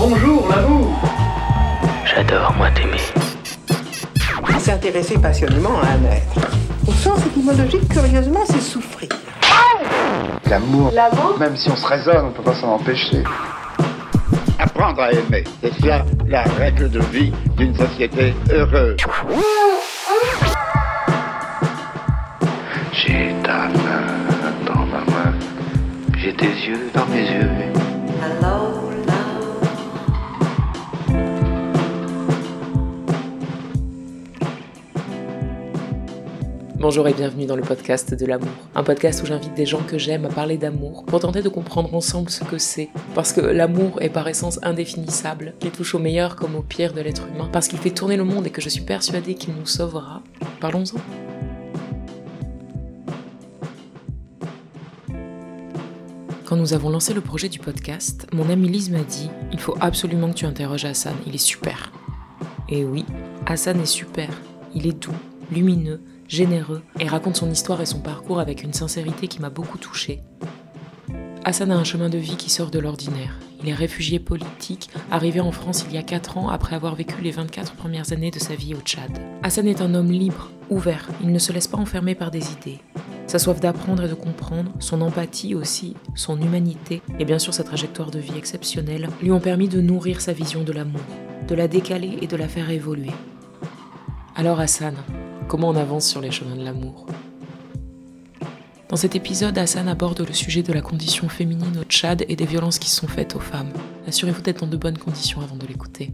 Bonjour l'amour. J'adore, moi, t'aimer. S'intéresser passionnément à un être. Au sens étymologique, curieusement, c'est souffrir. L'amour, même si on se raisonne, on peut pas s'en empêcher. Apprendre à aimer, c'est cela la règle de vie d'une société heureuse. J'ai ta main dans ma main. J'ai tes yeux dans mes yeux. Hello, love. Bonjour et bienvenue dans le podcast de l'amour. Un podcast où j'invite des gens que j'aime à parler d'amour pour tenter de comprendre ensemble ce que c'est. Parce que l'amour est par essence indéfinissable, qu'il touche au meilleur comme au pire de l'être humain, parce qu'il fait tourner le monde et que je suis persuadée qu'il nous sauvera. Parlons-en. Quand nous avons lancé le projet du podcast, mon amie Lise m'a dit « Il faut absolument que tu interroges Hassan, il est super ». Et oui, Hassan est super. Il est doux, lumineux, généreux et raconte son histoire et son parcours avec une sincérité qui m'a beaucoup touchée. Hassan a un chemin de vie qui sort de l'ordinaire. Il est réfugié politique, arrivé en France il y a 4 ans après avoir vécu les 24 premières années de sa vie au Tchad. Hassan est un homme libre, ouvert, il ne se laisse pas enfermer par des idées. Sa soif d'apprendre et de comprendre, son empathie aussi, son humanité et bien sûr sa trajectoire de vie exceptionnelle lui ont permis de nourrir sa vision de l'amour, de la décaler et de la faire évoluer. Alors Hassan, comment on avance sur les chemins de l'amour ? Dans cet épisode, Hassan aborde le sujet de la condition féminine au Tchad et des violences qui sont faites aux femmes. Assurez-vous d'être dans de bonnes conditions avant de l'écouter.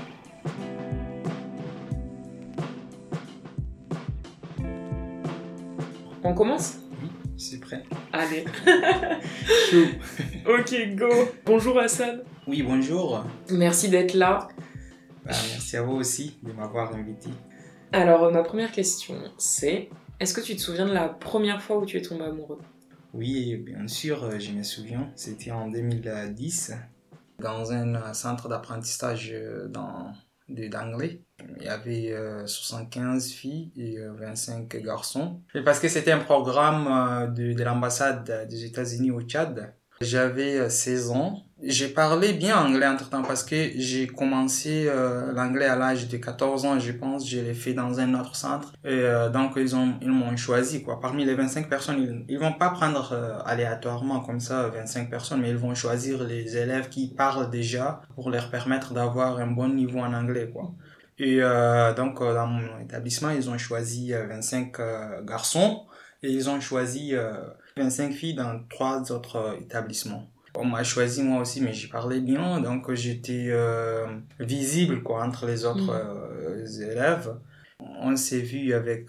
On commence ? Oui, c'est prêt. Allez. Chou. Ok, go. Bonjour Hassan. Oui, bonjour. Merci d'être là. Merci à vous aussi de m'avoir invité. Alors, ma première question, c'est... Est-ce que tu te souviens de la première fois où tu es tombé amoureux ? Oui, bien sûr, je me souviens. C'était en 2010, dans un centre d'apprentissage d'anglais. Il y avait 75 filles et 25 garçons. Et parce que c'était un programme de l'ambassade des États-Unis au Tchad. J'avais 16 ans. J'ai parlé bien anglais entre-temps parce que j'ai commencé l'anglais à l'âge de 14 ans, je pense. Je l'ai fait dans un autre centre. Et donc, ils m'ont choisi, quoi. Parmi les 25 personnes, ils vont pas prendre aléatoirement comme ça 25 personnes, mais ils vont choisir les élèves qui parlent déjà pour leur permettre d'avoir un bon niveau en anglais, quoi. Et donc, dans mon établissement, ils ont choisi 25 garçons et ils ont choisi 25 filles dans 3 autres établissements. On m'a choisi moi aussi, mais j'y parlais bien, donc j'étais visible, quoi, entre les autres élèves. On s'est vu avec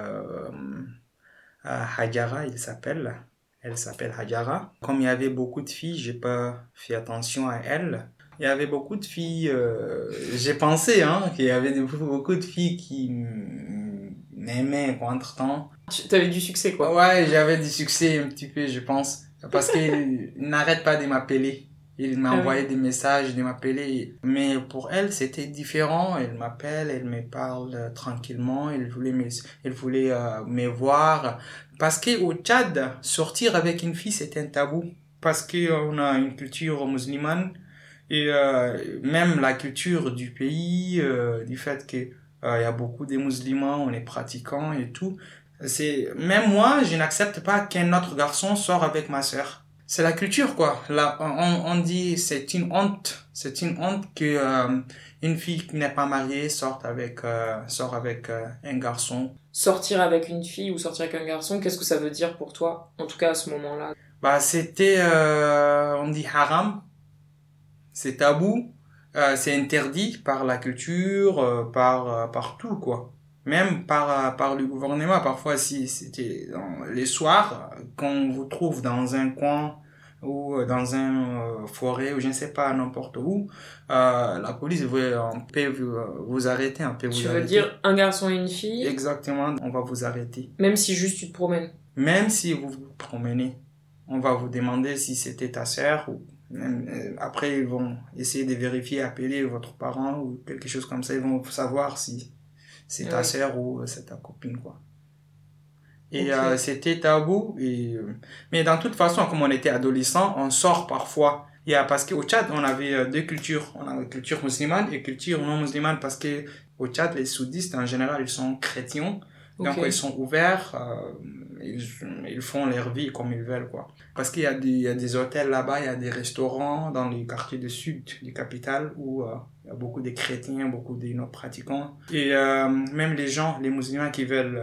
Hadjara, elle s'appelle Hadjara. Comme il y avait beaucoup de filles, j'ai pas fait attention à elle. Il y avait beaucoup de filles, j'ai pensé qu'il y avait beaucoup de filles qui m'aimaient, quoi, entre-temps. Tu avais du succès, quoi. Ouais, j'avais du succès un petit peu, je pense. Parce qu'il n'arrête pas de m'appeler. Il m'envoyait des messages, de m'appeler. Mais pour elle, c'était différent. Elle m'appelle, elle me parle tranquillement. Elle voulait me voir. Parce qu'au Tchad, sortir avec une fille, c'est un tabou. Parce qu'on a une culture musulmane. Et même la culture du pays, du fait que y a beaucoup de musulmans, on est pratiquants et tout. Même moi, je n'accepte pas qu'un autre garçon sorte avec ma sœur. C'est la culture, quoi. Là, on dit, c'est une honte que une fille qui n'est pas mariée sort avec un garçon. Sortir avec une fille ou sortir avec un garçon, qu'est-ce que ça veut dire pour toi, en tout cas à ce moment-là ? C'était, on dit haram. C'est tabou. C'est interdit par la culture, par tout, quoi. Même par le gouvernement, parfois, si c'était les soirs, qu'on vous trouve dans un coin ou dans un forêt ou je ne sais pas, n'importe où, la police peut vous arrêter, on peut vous arrêter. Tu veux dire un garçon et une fille ? Exactement, on va vous arrêter. Même si juste tu te promènes ? Même si vous vous promenez, on va vous demander si c'était ta sœur ou même, après ils vont essayer de vérifier, appeler votre parent ou quelque chose comme ça, ils vont savoir si c'est ta sœur ou c'est ta copine, quoi. Et c'était tabou. Mais dans toute façon, comme on était adolescent, on sort parfois Parce qu'au Tchad, on avait deux cultures. On a la culture musulmane et culture non musulmane parce que au Tchad, les soudistes, en général, ils sont chrétiens. Donc, ils sont ouverts, ils font leur vie comme ils veulent, quoi. Parce qu'il y a des hôtels là-bas, il y a des restaurants dans les quartiers du sud du capital où il y a beaucoup de chrétiens, beaucoup de non-pratiquants. Et même les musulmans qui veulent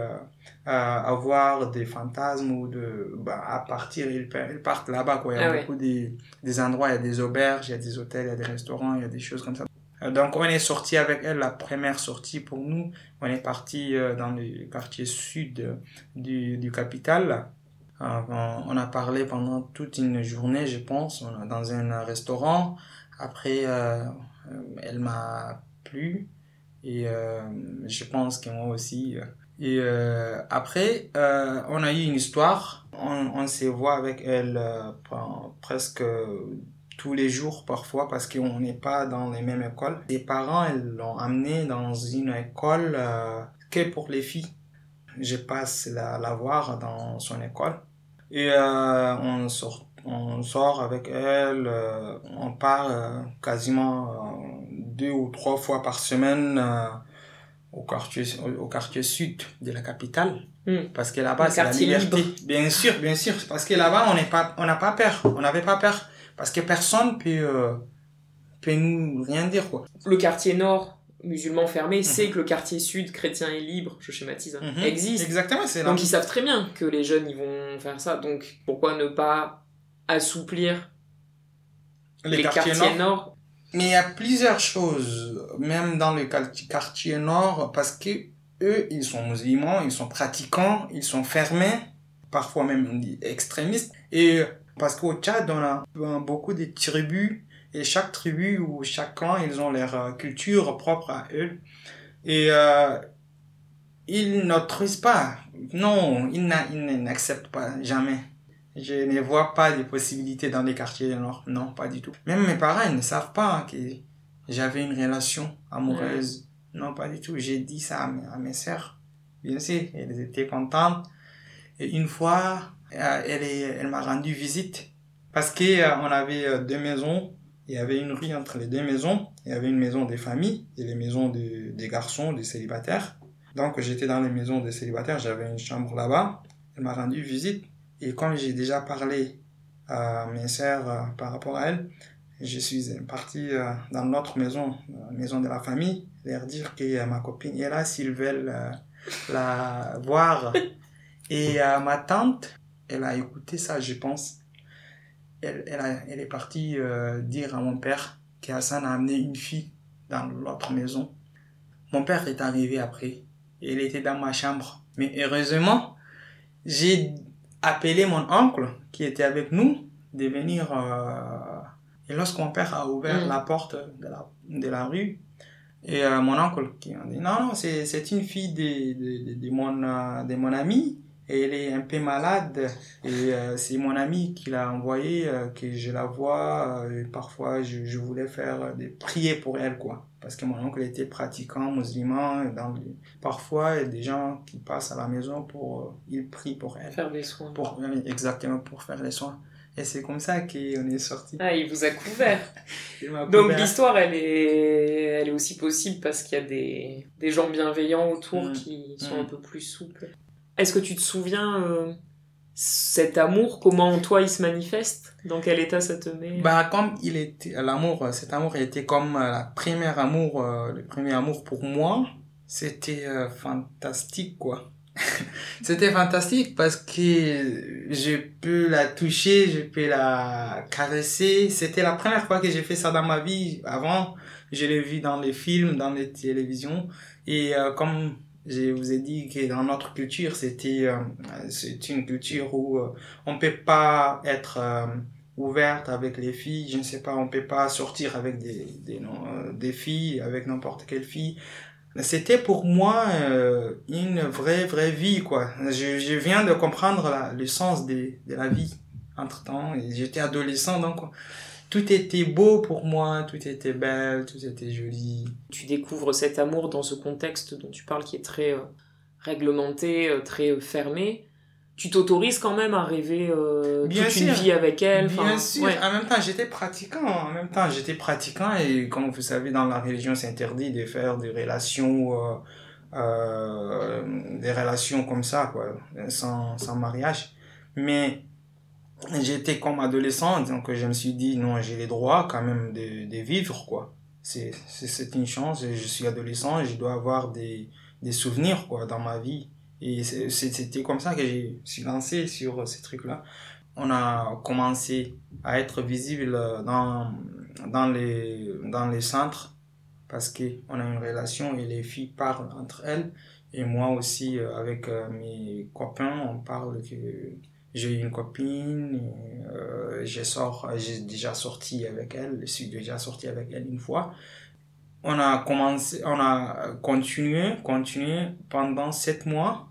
avoir des fantasmes ou à partir, ils partent là-bas, quoi. Il y a beaucoup des endroits, il y a des auberges, il y a des hôtels, il y a des restaurants, il y a des choses comme ça. Donc, on est sorti avec elle, la première sortie pour nous. On est parti dans le quartier sud du capital. On a parlé pendant toute une journée, je pense, dans un restaurant. Après, elle m'a plu et je pense que moi aussi. Et après, on a eu une histoire. On se voit avec elle presque tous les jours parfois parce qu'on n'est pas dans les mêmes écoles. Les parents, ils l'ont amenée dans une école que pour les filles. Je passe la voir dans son école. Et on sort avec elle, on part quasiment 2 ou 3 fois par semaine au quartier sud de la capitale. Parce que là-bas, c'est la liberté. Libre. Bien sûr, parce que là-bas, on n'a pas peur, on n'avait pas peur. Parce que personne peut nous rien dire, quoi. Le quartier nord, musulman fermé, sait que le quartier sud, chrétien et libre, je schématise, existe. Exactement, c'est là. Donc ils savent très bien que les jeunes, ils vont faire ça. Donc pourquoi ne pas assouplir les quartiers nord? Mais il y a plusieurs choses, même dans le quartier nord, parce que eux, ils sont musulmans, ils sont pratiquants, ils sont fermés, parfois même extrémistes. Et parce qu'au Tchad, on a beaucoup de tribus, et chaque tribu ou chaque clan, ils ont leur culture propre à eux. Et ils n'autorisent pas. Non, ils n'acceptent pas, jamais. Je ne vois pas de possibilités dans les quartiers du Nord. Non, pas du tout. Même mes parents, ils ne savent pas que j'avais une relation amoureuse. Non, pas du tout. J'ai dit ça à mes sœurs. Bien sûr, elles étaient contentes. Et une fois, elle m'a rendu visite parce que on avait 2 maisons. Il y avait une rue entre les 2 maisons. Il y avait une maison des familles et les maisons des garçons, des célibataires. Donc j'étais dans les maisons des célibataires, j'avais une chambre là-bas. Elle m'a rendu visite et comme j'ai déjà parlé à mes sœurs par rapport à elle, je suis parti dans l'autre maison, la maison de la famille, leur dire que ma copine est là s'ils veulent la voir. Et ma tante, elle a écouté ça, je pense. Elle est partie dire à mon père qu'Hassan a amené une fille dans l'autre maison. Mon père est arrivé après. Elle était dans ma chambre. Mais heureusement, j'ai appelé mon oncle qui était avec nous de venir. Et lorsque mon père a ouvert la porte de la rue, et mon oncle qui a dit non, c'est une fille de mon ami. Et elle est un peu malade et c'est mon ami qui l'a envoyée, que je la vois. Et parfois, je voulais prier pour elle, quoi. Parce que mon oncle était pratiquant, musulman. Parfois, il y a des gens qui passent à la maison ils prient pour elle. Faire des soins. Exactement, pour faire les soins. Et c'est comme ça qu'on est sorti. Ah, il vous a couvert. Donc l'histoire, elle est aussi possible parce qu'il y a des gens bienveillants autour qui sont un peu plus souples. Est-ce que tu te souviens cet amour, comment toi il se manifeste? Dans quel état ça te met? Comme il était, cet amour était comme le premier amour pour moi. C'était fantastique, quoi. C'était fantastique parce que je peux la toucher, je peux la caresser. C'était la première fois que j'ai fait ça dans ma vie. Avant, je l'ai vu dans les films, dans les télévisions. Et comme je vous ai dit que dans notre culture, c'est une culture où on peut pas être ouverte avec les filles. Je ne sais pas, on peut pas sortir avec des filles, avec n'importe quelle fille. C'était pour moi une vraie vie, quoi. Je viens de comprendre le sens de la vie entre-temps. Et j'étais adolescent, donc tout était beau pour moi, tout était belle, tout était joli. Tu découvres cet amour dans ce contexte dont tu parles qui est très réglementé, très fermé. tu t'autorises quand même à rêver Bien toute sûr. une vie avec elle. Bien sûr. Ouais. En même temps, j'étais pratiquant et comme vous savez, dans la religion, c'est interdit de faire des relations comme ça, quoi, sans mariage. Mais j'étais comme adolescent, donc je me suis dit, non, j'ai les droits quand même de vivre, quoi. C'est une chance, je suis adolescent, je dois avoir des souvenirs, quoi, dans ma vie. Et c'était comme ça que je suis lancé sur ces trucs-là. On a commencé à être visible dans les centres parce qu'on a une relation et les filles parlent entre elles. Et moi aussi, avec mes copains, on parle que j'ai une copine, j'ai déjà sorti avec elle, je suis déjà sorti avec elle une fois. On a continué pendant 7 mois.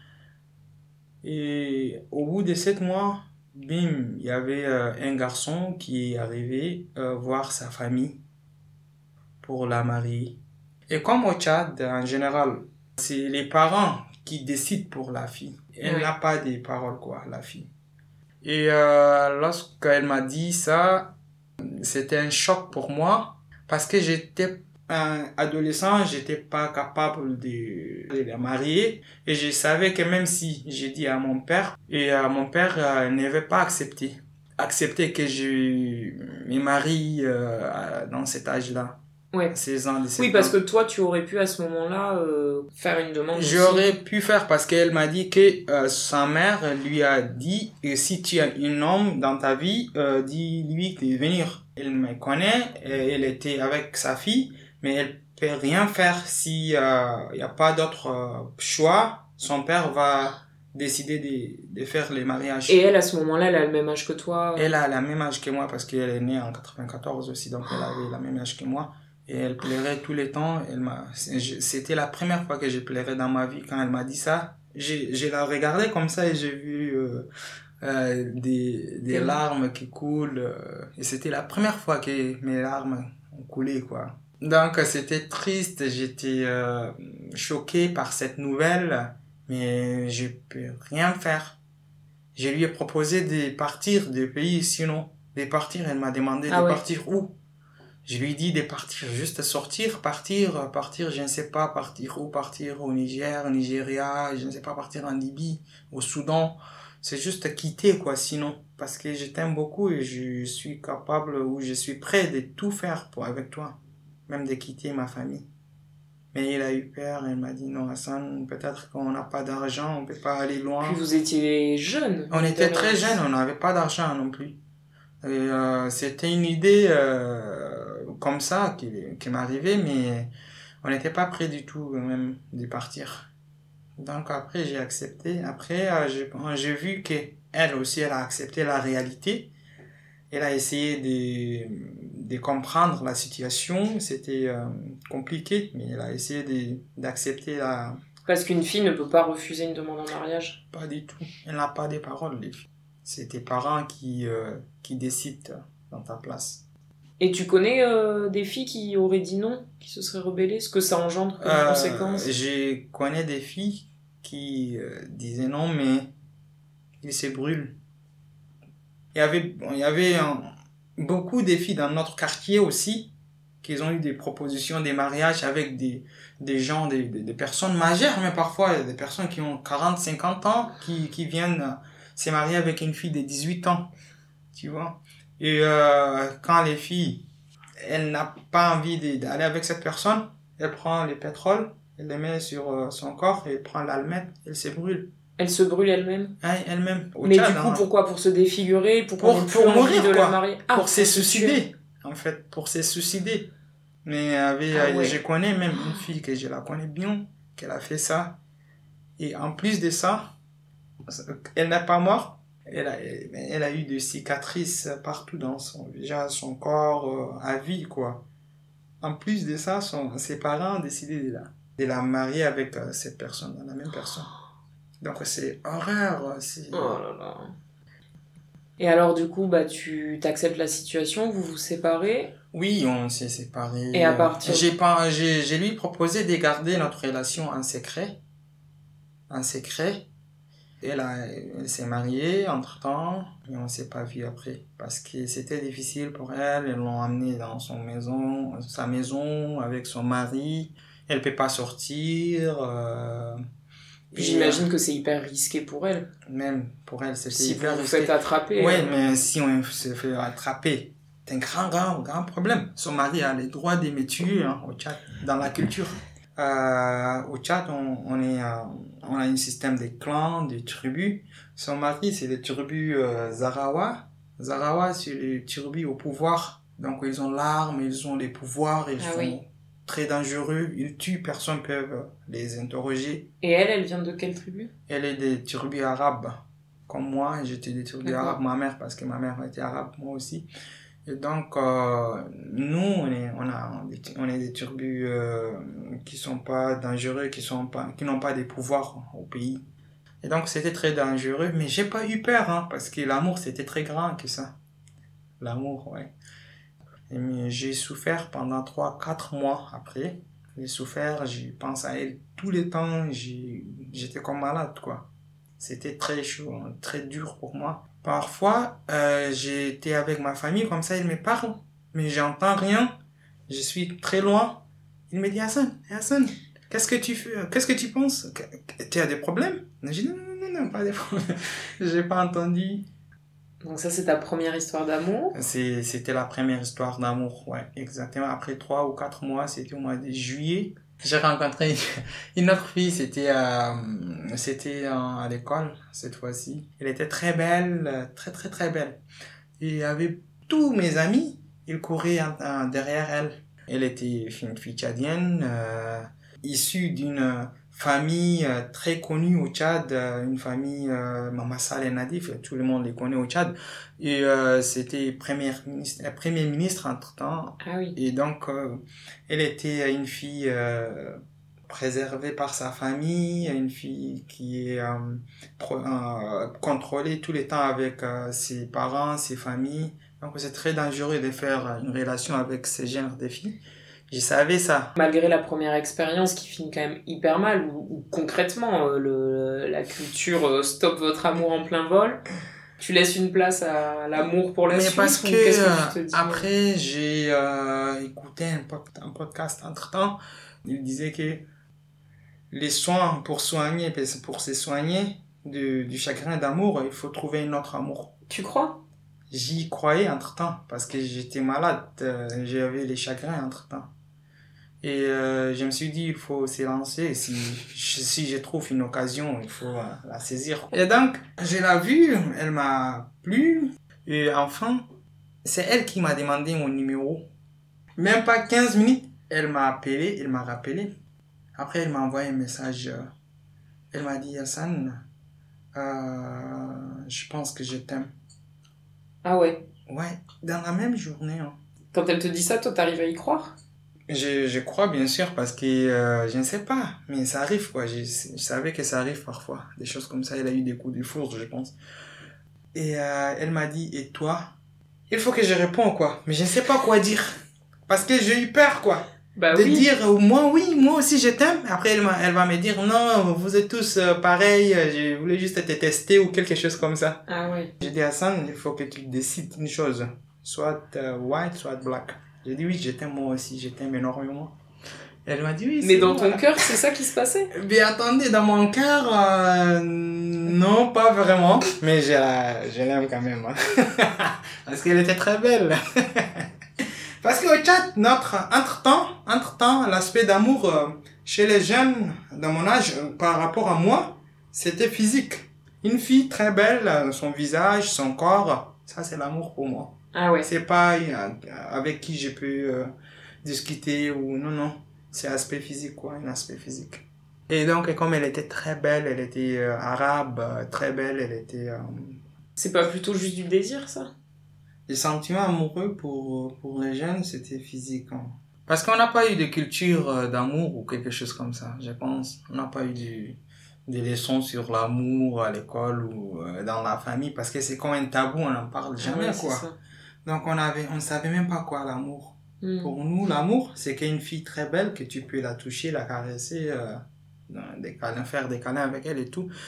Et au bout de 7 mois, bim, il y avait un garçon qui est arrivé voir sa famille pour la marier. Et comme au Tchad, en général, c'est les parents qui décident pour la fille. Elle n'a pas de parole, quoi, la fille. Et lorsqu'elle m'a dit ça, c'était un choc pour moi parce que j'étais un adolescent, j'étais pas capable de la marier et je savais que même si j'ai dit à mon père n'avait pas accepté que je me marie dans cet âge-là. Ouais. 16 ans, 17 ans. Oui, parce que toi, tu aurais pu à ce moment-là faire une demande. J'aurais pu faire parce qu'elle m'a dit que sa mère lui a dit si tu as un homme dans ta vie, dis-lui de venir. Elle me connaît, elle était avec sa fille, mais elle peut rien faire si y a pas d'autre choix. Son père va décider de faire les mariages. Et elle, à ce moment-là, elle a le même âge que toi? Elle a le même âge que moi parce qu'elle est née en 94 aussi, donc elle avait le même âge que moi. Et elle pleurait tout le temps. C'était la première fois que je pleurais dans ma vie quand elle m'a dit ça. Je la regardais comme ça et j'ai vu des larmes qui coulent. Et c'était la première fois que mes larmes ont coulé, quoi. Donc c'était triste, j'étais choqué par cette nouvelle, mais je peux rien faire. Je lui ai proposé de partir du pays, sinon de partir. Elle m'a demandé de partir où? Je lui ai dit de partir, juste sortir, partir, je ne sais pas partir où, partir au Niger, au Nigeria, je ne sais pas partir en Libye, au Soudan. C'est juste quitter, quoi, sinon. Parce que je t'aime beaucoup et je suis capable ou je suis prêt de tout faire avec toi. Même de quitter ma famille. Mais il a eu peur, il m'a dit non Hassan, peut-être qu'on n'a pas d'argent, on peut pas aller loin. Puis vous étiez jeune. On était très jeunes, on n'avait pas d'argent non plus. Et, c'était une idée comme ça qui m'arrivait, mais on n'était pas prêt du tout même de partir. Donc après j'ai accepté. Après j'ai vu qu'elle aussi elle a accepté la réalité. Elle a essayé de comprendre la situation. C'était compliqué, mais elle a essayé d'accepter la... Parce qu'une fille ne peut pas refuser une demande en mariage. Pas du tout. Elle n'a pas de parole, les filles. C'est tes parents qui décident dans ta place. Et tu connais des filles qui auraient dit non, qui se seraient rebellées? Ce que ça engendre comme conséquence? Je connais des filles qui disaient non, mais ils se brûlent. Il y avait beaucoup de filles dans notre quartier aussi qui ont eu des propositions de mariage avec des gens, des personnes majeures, mais parfois des personnes qui ont 40, 50 ans qui viennent se marier avec une fille de 18 ans, tu vois. Et quand les filles, elles n'ont pas envie d'aller avec cette personne, elle prend le pétrole, elle le met sur son corps, et elle prend l'allumette, elle se brûle. Elle se brûle elle-même? Oui, elle-même. Mais Tchad, du coup, pourquoi? Pour se défigurer? Pour mourir, de quoi. la marier? Pour se suicider, en fait. Pour se suicider. Mais je connais même une fille que je la connais bien, qu'elle a fait ça. Et en plus de ça, elle n'est pas morte. Elle a eu des cicatrices partout dans son corps, à vie, quoi. En plus de ça, ses parents ont décidé de la marier avec cette personne, la même personne. Donc c'est horreur. Oh là là. Et alors du coup, tu t'acceptes la situation, vous vous séparez? Oui, on s'est séparés. Et à partir... J'ai lui proposé de garder notre relation en secret. Elle s'est mariée entre-temps, et on ne s'est pas vu après. Parce que c'était difficile pour elle. Ils l'ont emmenée dans sa maison, avec son mari. Elle ne peut pas sortir. J'imagine que c'est hyper risqué pour elle. Même pour elle, c'était si hyper vous risqué. faites attraper. Oui, mais si on se fait attraper, c'est un grand problème. Son mari a le droit de me tuer au Tchad, dans la culture. Au Tchad, on a un système de clans, de tribus. Son mari, c'est les tribus Zarawa. Zarawa, c'est les tribus au pouvoir. Donc, ils ont l'arme, ils ont les pouvoirs, ils sont très dangereux. Ils tuent, personne ne peut les interroger. Et elle vient de quelle tribu? Elle est des tribus arabes. Comme moi, j'étais des tribus arabes, ma mère, parce que ma mère était arabe, moi aussi. Et donc, nous, on est des tribus qui sont pas dangereux, qui n'ont pas de pouvoir au pays. Et donc, c'était très dangereux, mais j'ai pas eu peur, hein, parce que l'amour, c'était très grand que ça. L'amour, ouais. Mais j'ai souffert pendant 3-4 mois après. J'ai souffert, j'ai pensé à elle tout le temps, j'étais comme malade, quoi. C'était très chaud, très dur pour moi. Parfois, j'étais avec ma famille, comme ça, ils me parlent, mais j'entends rien. Je suis très loin. Il me dit, Hassan, qu'est-ce que tu fais? Qu'est-ce que tu penses? Tu as des problèmes? Je dis, non, pas des problèmes. J'ai pas entendu. Donc ça, c'est ta première histoire d'amour? C'était la première histoire d'amour, ouais, exactement. Après 3 ou 4 mois, c'était au mois de juillet. J'ai rencontré une autre fille, c'était à l'école, cette fois-ci. Elle était très belle, très belle. Et il y avait tous mes amis, ils couraient derrière elle. Elle était une fille tchadienne, issue d'une famille très connue au Tchad, une famille Mama Saleh Nadif, tout le monde les connaît au Tchad. Et c'était premier ministre entre-temps. Ah oui. Et donc, elle était une fille préservée par sa famille, une fille qui est contrôlée tout le temps avec ses parents, ses familles. Donc, c'est très dangereux de faire une relation avec ce genre de filles. Je savais ça. Malgré la première expérience qui finit quand même hyper mal, où concrètement la culture stoppe votre amour en plein vol, tu laisses une place à l'amour pour la suite? Mais parce que tu te dis? Après, j'ai écouté un podcast entre-temps. Il disait que les soins pour se soigner du chagrin d'amour, il faut trouver un autre amour. Tu crois? J'y croyais entre-temps, parce que j'étais malade, j'avais les chagrins entre-temps. Et je me suis dit, il faut s'élancer. Si je trouve une occasion, il faut la saisir. Et donc, je l'ai vue, elle m'a plu. Et enfin, c'est elle qui m'a demandé mon numéro. Même pas 15 minutes, elle m'a appelé, elle m'a rappelé. Après, elle m'a envoyé un message. Elle m'a dit, Hassan, je pense que je t'aime. Ah ouais? Ouais, dans la même journée. Hein. Quand elle te dit ça, toi, t'arrives à y croire? Je crois bien sûr parce que je ne sais pas, mais ça arrive quoi. Je savais que ça arrive parfois. Des choses comme ça, elle a eu des coups de foudre, je pense. Et elle m'a dit, et toi? Il faut que je réponde quoi. Mais je ne sais pas quoi dire. Parce que j'ai eu peur quoi. Bah, de oui. dire, moi aussi je t'aime. Après elle va me dire, non, vous êtes tous pareils, je voulais juste te tester ou quelque chose comme ça. Ah ouais. J'ai dit, Hassan, il faut que tu décides une chose. Soit white, soit black. J'ai dit oui, je t'aime moi aussi, je t'aime énormément. Elle m'a dit oui. Mais dans ton cœur, c'est ça qui se passait? Mais attendez, dans mon cœur, non, pas vraiment. Mais je l'aime quand même. Hein. Parce qu'elle était très belle. Parce qu'au Tchad, entre-temps, l'aspect d'amour chez les jeunes de mon âge, par rapport à moi, c'était physique. Une fille très belle, son visage, son corps, ça c'est l'amour pour moi. Ah ouais. C'est pas avec qui je peux discuter ou non. C'est aspect physique quoi, un aspect physique. Et donc comme elle était très belle, elle était arabe, très belle, elle était... C'est pas plutôt juste du désir ça? Les sentiments amoureux pour les jeunes, c'était physique. Hein. Parce qu'on n'a pas eu de culture d'amour ou quelque chose comme ça, je pense. On n'a pas eu des leçons sur l'amour à l'école ou dans la famille parce que c'est comme un tabou, on n'en parle jamais quoi. Ça. Donc on ne savait même pas quoi l'amour. Pour nous, l'amour, c'est qu'une fille très belle que tu peux la toucher, la caresser, faire des câlins avec elle et tout.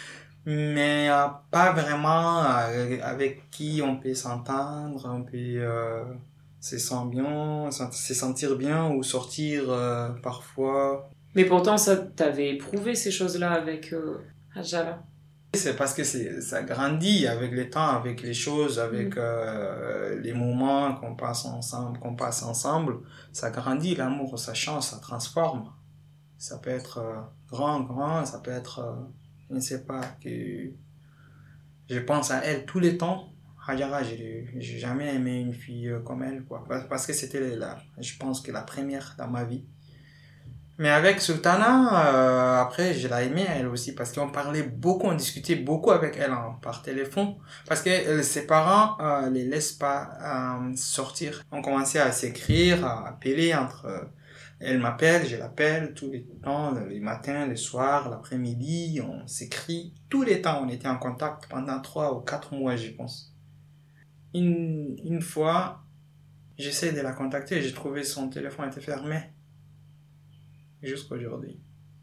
mais pas vraiment avec qui on peut s'entendre, on peut se sentir bien ou sortir parfois. Mais pourtant, ça, t'avais éprouvé ces choses-là avec Hajara. C'est parce que ça grandit avec le temps, avec les choses, avec les moments qu'on passe ensemble. Ça grandit, l'amour, ça change, ça transforme. Ça peut être grand, ça peut être, je ne sais pas, que je pense à elle tous les temps. Hajara, j'ai jamais aimé une fille comme elle, quoi. Parce que c'était, je pense que la première dans ma vie. Mais avec Sultana, après, je l'ai aimée elle aussi parce qu'on parlait beaucoup, on discutait beaucoup avec elle par téléphone. Parce que ses parents les laissent pas sortir. On commençait à s'écrire, à appeler entre... elle m'appelle, je l'appelle tous les temps, les matins, les soirs, l'après-midi. On s'écrit tous les temps. On était en contact pendant 3 ou 4 mois, je pense. Une fois, j'essaie de la contacter, j'ai trouvé son téléphone était fermé. Jusqu'aujourd'hui.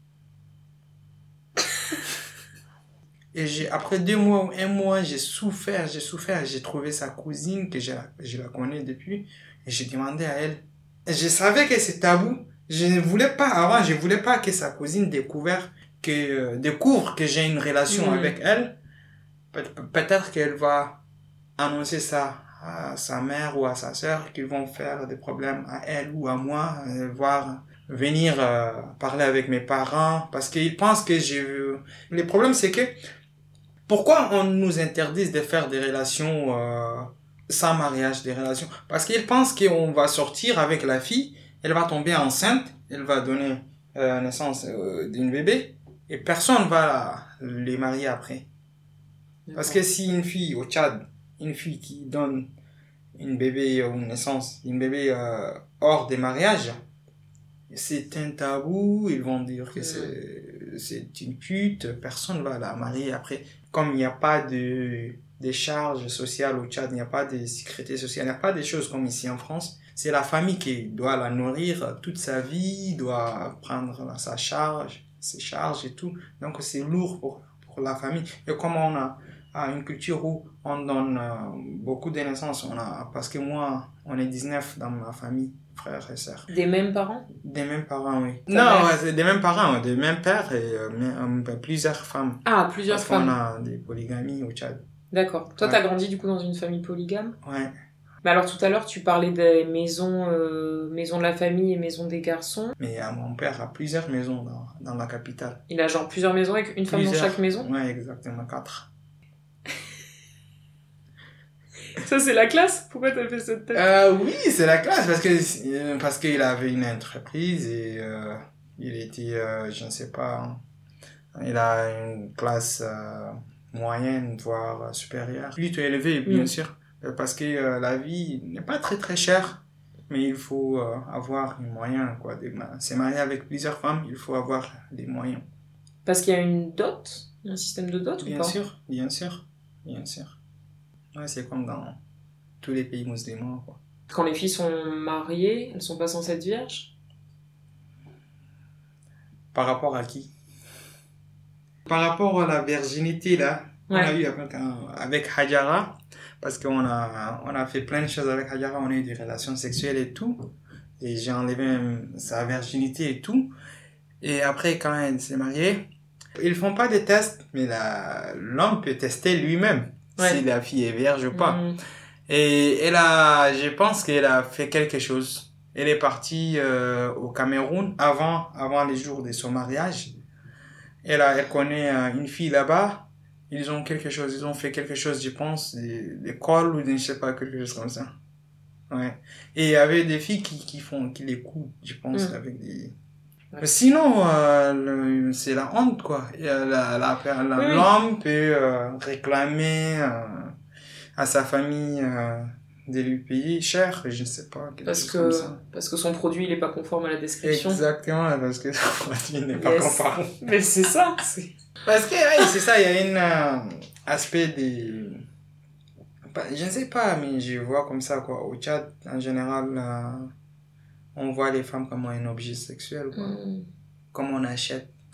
Et après 2 mois ou 1 mois, j'ai souffert. J'ai trouvé sa cousine, que je la connais depuis, et j'ai demandé à elle. Et je savais que c'est tabou. Je ne voulais pas que sa cousine découvre que j'ai une relation avec elle. Peut-être qu'elle va annoncer ça à sa mère ou à sa sœur, qu'ils vont faire des problèmes à elle ou à moi, venir parler avec mes parents parce qu'ils pensent que le problème c'est que pourquoi on nous interdit de faire des relations sans mariage, des relations parce qu'ils pensent qu'on va sortir avec la fille, elle va tomber enceinte, elle va donner naissance d'une bébé et personne va les marier après. Parce que si une fille au Tchad, une fille qui donne une bébé ou une naissance, une bébé hors des mariages, c'est un tabou, ils vont dire que c'est une pute, personne ne va la marier après. Comme il n'y a pas de charges sociales au Tchad, il n'y a pas de sécurité sociale, il n'y a pas de choses comme ici en France. C'est la famille qui doit la nourrir toute sa vie, doit prendre ses charges et tout. Donc c'est lourd pour la famille. Et comme on a une culture où on donne beaucoup de naissances, parce que moi, on est 19 dans ma famille. Frères et sœurs. Des mêmes parents? Des mêmes parents, oui. C'est des mêmes parents, des mêmes pères et plusieurs femmes. Ah, plusieurs femmes. Parce qu'on a des polygamies au Tchad. D'accord. Toi, t'as grandi du coup dans une famille polygame? Ouais. Mais alors tout à l'heure, tu parlais des maisons de la famille et maisons des garçons. Mais mon père a plusieurs maisons dans la capitale. Il a genre plusieurs maisons avec une femme dans chaque maison? Ouais, exactement, 4. Ça, c'est la classe? Pourquoi t'as fait cette tête? Oui, c'est la classe, parce qu'il avait une entreprise et il était, je ne sais pas, il a une classe moyenne, voire supérieure. Plutôt élevée, bien sûr, parce que la vie n'est pas très très chère, mais il faut avoir les moyens, quoi. Se marier avec plusieurs femmes, il faut avoir des moyens. Parce qu'il y a une dot? Un système de dot ou pas? Bien sûr. Ouais, c'est comme dans tous les pays musulmans, quoi. Quand les filles sont mariées, elles sont pas censées être vierges? Par rapport à qui? Par rapport à la virginité, là, on a eu avec Hajara, parce qu'on a fait plein de choses avec Hajara, on a eu des relations sexuelles et tout, et j'ai enlevé sa virginité et tout, et après, quand elle s'est mariée, ils font pas de tests, mais l'homme peut tester lui-même. Si la fille est vierge ou pas. Et je pense qu'elle a fait quelque chose. Elle est partie au Cameroun avant les jours de son mariage. Elle connaît une fille là-bas. Ils ont fait quelque chose, je pense, d'école ou je ne sais pas, quelque chose comme ça. Ouais. Et il y avait des filles qui les coupent, je pense, avec des... Sinon, c'est la honte, quoi. L'homme peut réclamer à sa famille de lui payer cher, je ne sais pas. Parce que son produit, il n'est pas conforme à la description. Exactement, parce que son produit n'est pas conforme. Mais c'est ça. Parce que, c'est ça, il y a un aspect des... Je ne sais pas, mais je vois comme ça, quoi. Au Tchad, en général... on voit les femmes comme un objet sexuel, quoi. Comme on achète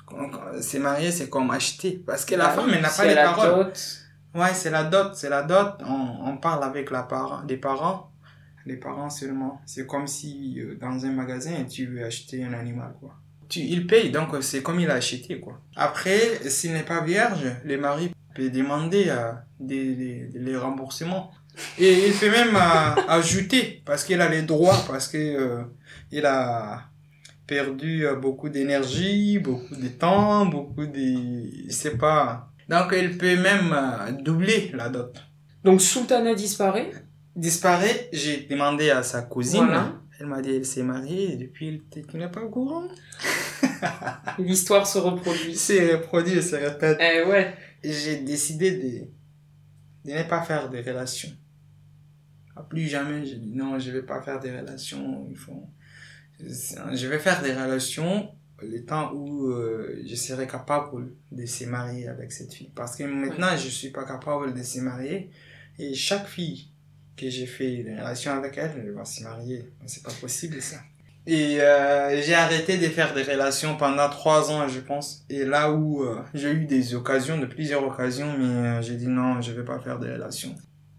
Se marier, c'est comme acheter. Parce que la femme, elle n'a pas les paroles. Dot. Ouais, c'est la dot. On parle avec les parents. Les parents seulement. C'est comme si dans un magasin, tu veux acheter un animal, quoi. Il paye, donc c'est comme il a acheté, quoi. Après, s'il n'est pas vierge, le mari peut demander les remboursements. Et il peut même ajouter, parce qu'il a les droits, parce que il a perdu beaucoup d'énergie, beaucoup de temps, je sais pas. Donc il peut même doubler la dot. Donc Sultana disparaît, j'ai demandé à sa cousine. Voilà. Elle m'a dit, elle s'est mariée, et depuis, tu n'es pas au courant. L'histoire se reproduit. Se répète. Ouais. J'ai décidé de ne pas faire des relations. Plus jamais, j'ai dit non, je vais pas faire des relations. Je vais faire des relations le temps où je serai capable de se marier avec cette fille. Parce que maintenant, je suis pas capable de se marier. Et chaque fille que j'ai fait des relations avec elle va se marier. C'est pas possible, ça. Et j'ai arrêté de faire des relations pendant 3 ans, je pense. Et là où j'ai eu plusieurs occasions, mais j'ai dit non, je vais pas faire des relations.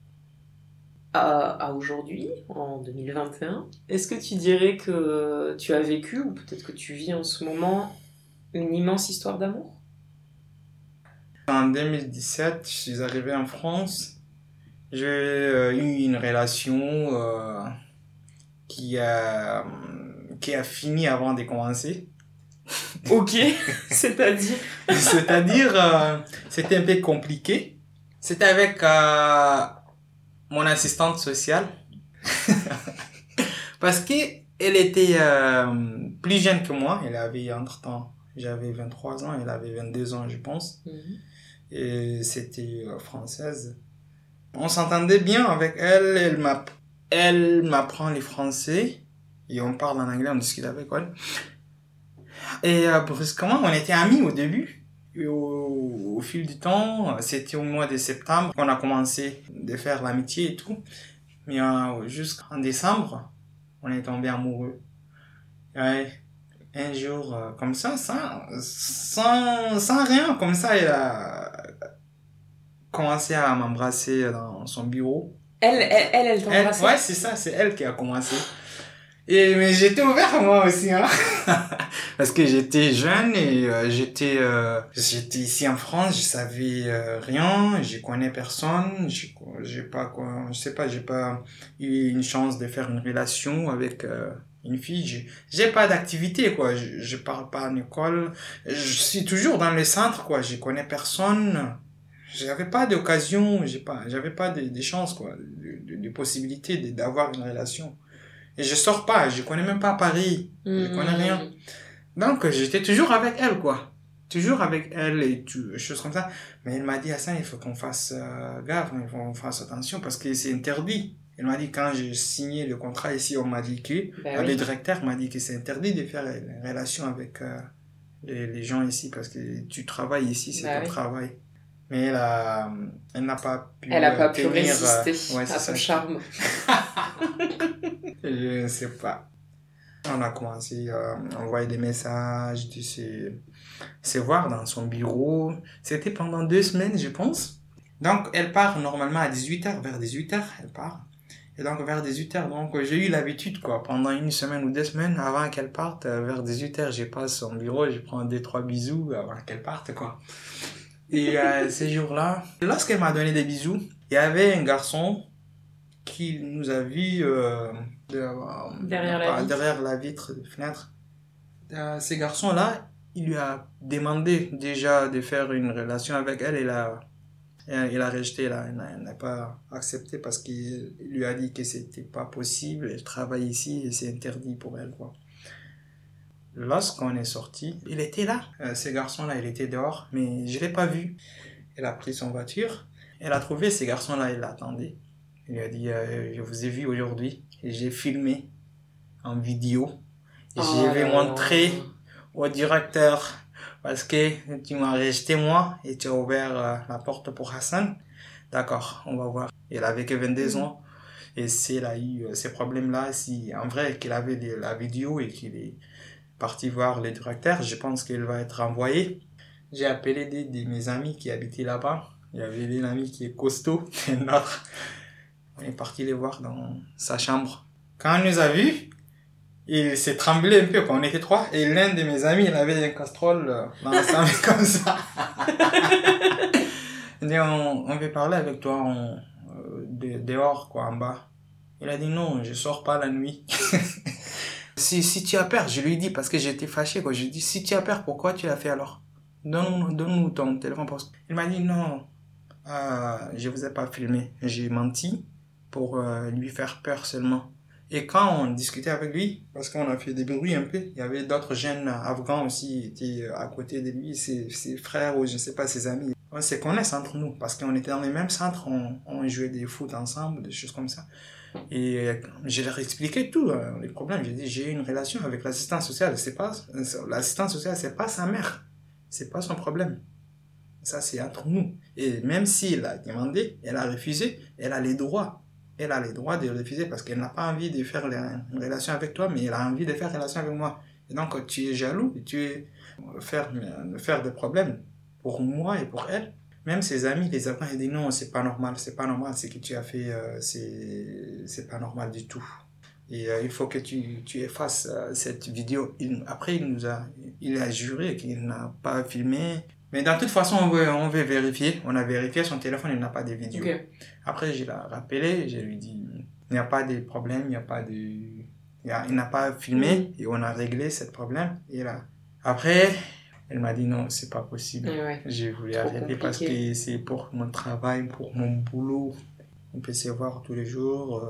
À aujourd'hui, en 2021, est-ce que tu dirais que tu as vécu, ou peut-être que tu vis en ce moment, une immense histoire d'amour ? En 2017, je suis arrivé en France. J'ai eu une relation qui a fini avant de commencer. Ok, c'est-à-dire c'était un peu compliqué. C'était avec mon assistante sociale. Parce qu'elle était plus jeune que moi. Elle avait entre-temps, j'avais 23 ans, elle avait 22 ans, je pense. Et c'était française. On s'entendait bien avec elle. Elle m'apprend les français. Et on parle en anglais, on discute avec elle. Et brusquement, on était amis au début. Et au fil du temps, c'était au mois de septembre qu'on a commencé de faire l'amitié et tout. Mais jusqu'en décembre, on est tombé amoureux. Ouais. Un jour, comme ça, sans rien, comme ça, elle a commencé à m'embrasser dans son bureau. Elle t'embrassait? Ouais, c'est ça, c'est elle qui a commencé. Mais j'étais ouvert moi aussi, hein. Parce que j'étais jeune et j'étais ici en France, je savais rien, je connais personne, j'ai pas eu une chance de faire une relation avec une fille. J'ai pas d'activité, quoi. Je parle pas en école, je suis toujours dans le centre, quoi. Je connais personne. J'avais pas d'occasion, j'avais pas de chance, quoi, de possibilité d'avoir une relation. Et je sors pas, je connais même pas Paris, je connais rien. Donc j'étais toujours avec elle, quoi. Toujours avec elle et choses comme ça. Mais elle m'a dit, Hassan, il faut qu'on fasse gaffe, il faut qu'on fasse attention parce que c'est interdit. Elle m'a dit, quand j'ai signé le contrat ici, on m'a dit que, le directeur m'a dit que c'est interdit de faire une relation avec les gens ici parce que tu travailles ici, c'est ton travail. Mais elle n'a pas pu résister à son charme. Je ne sais pas. On a commencé à envoyer des messages, de se voir dans son bureau. C'était pendant 2 semaines, je pense. Donc, elle part normalement à 18h. Vers 18h, elle part. Et donc, vers 18h, donc, j'ai eu l'habitude, quoi. Pendant 1 semaine ou 2 semaines, avant qu'elle parte, vers 18h, je passe son bureau, je prends 2-3 bisous avant qu'elle parte, quoi. Et ces jours-là, lorsqu'elle m'a donné des bisous, il y avait un garçon qui nous a vus derrière la vitre de fenêtre. Ce garçon-là, il lui a demandé déjà de faire une relation avec elle. Il a rejeté, il n'a pas accepté parce qu'il lui a dit que c'était pas possible. Elle travaille ici et c'est interdit pour elle, quoi. Lorsqu'on est sorti, il était là. Ce garçon-là, il était dehors, mais je l'ai pas vu. Elle a pris son voiture. Elle a trouvé ce garçon-là, il l'attendait. Il lui a dit, je vous ai vu aujourd'hui. Et j'ai filmé en vidéo. Et je vais montrer au directeur parce que tu m'as rejeté moi et tu as ouvert la porte pour Hassan. D'accord, on va voir. Il avait que 22 ans. Et s'il a eu ces problèmes-là, si en vrai qu'il avait la vidéo et qu'il est... parti voir le directeur. Je pense qu'il va être renvoyé. J'ai appelé des de mes amis qui habitaient là-bas. Il y avait un ami qui est costaud et un autre. On est parti les voir dans sa chambre. Quand on nous a vus, il s'est tremblé un peu quand on était 3. Et l'un de mes amis, il avait une casserole dans la salle comme ça. Il dit, on veut parler avec toi dehors, quoi, en bas. Il a dit non, je sors pas la nuit. si tu as peur, je lui dis, parce que j'étais fâché, quoi. Je lui dis, si tu as peur, pourquoi tu l'as fait alors? Donne-nous ton téléphone. Il m'a dit non, je vous ai pas filmé. J'ai menti pour lui faire peur seulement. Et quand on discutait avec lui, parce qu'on a fait des bruits un peu, il y avait d'autres jeunes afghans aussi qui étaient à côté de lui, ses frères ou je ne sais pas, ses amis. On se connaît entre nous, parce qu'on était dans les mêmes centres, on jouait des foot ensemble, des choses comme ça. Et je leur expliquais tout, les problèmes. J'ai dit, j'ai une relation avec l'assistante sociale. L'assistante sociale, c'est pas sa mère. C'est pas son problème. Ça, c'est entre nous. Et même s'il a demandé, elle a refusé, elle a les droits. Elle a les droits de refuser parce qu'elle n'a pas envie de faire une relation avec toi, mais elle a envie de faire une relation avec moi. Et donc, tu es jaloux et tu es faire des problèmes pour moi et pour elle. Même ses amis, les Afghans, ils disent non, c'est pas normal, ce que tu as fait, c'est pas normal du tout. Et il faut que tu effaces cette vidéo. Après, il a juré qu'il n'a pas filmé. Mais de toute façon, on veut vérifier. On a vérifié son téléphone, il n'a pas de vidéo. Okay. Après, je l'ai rappelé, je lui ai dit, il n'y a pas de problème, il n'a pas filmé et on a réglé ce problème. Et là, après, elle m'a dit non, c'est pas possible. Ouais. J'ai voulu arrêter parce que c'est pour mon travail, pour mon boulot. On peut se voir tous les jours,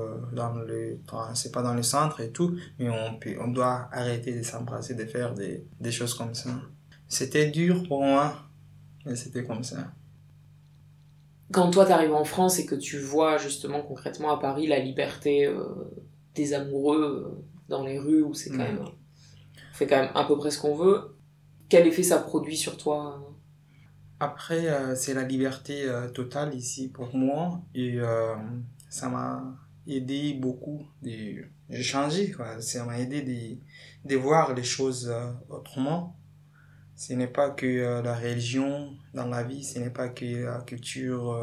c'est pas dans le centre et tout, mais on doit arrêter de s'embrasser, de faire des choses comme ça. C'était dur pour moi, mais c'était comme ça. Quand toi t'arrives en France et que tu vois justement concrètement à Paris la liberté des amoureux dans les rues où c'est quand même, on fait quand même à peu près ce qu'on veut, quel effet ça produit sur toi? Après, c'est la liberté totale ici pour moi et ça m'a aidé beaucoup. J'ai changé, quoi. Ça m'a aidé de voir les choses autrement. Ce n'est pas que la religion dans la vie, ce n'est pas que la culture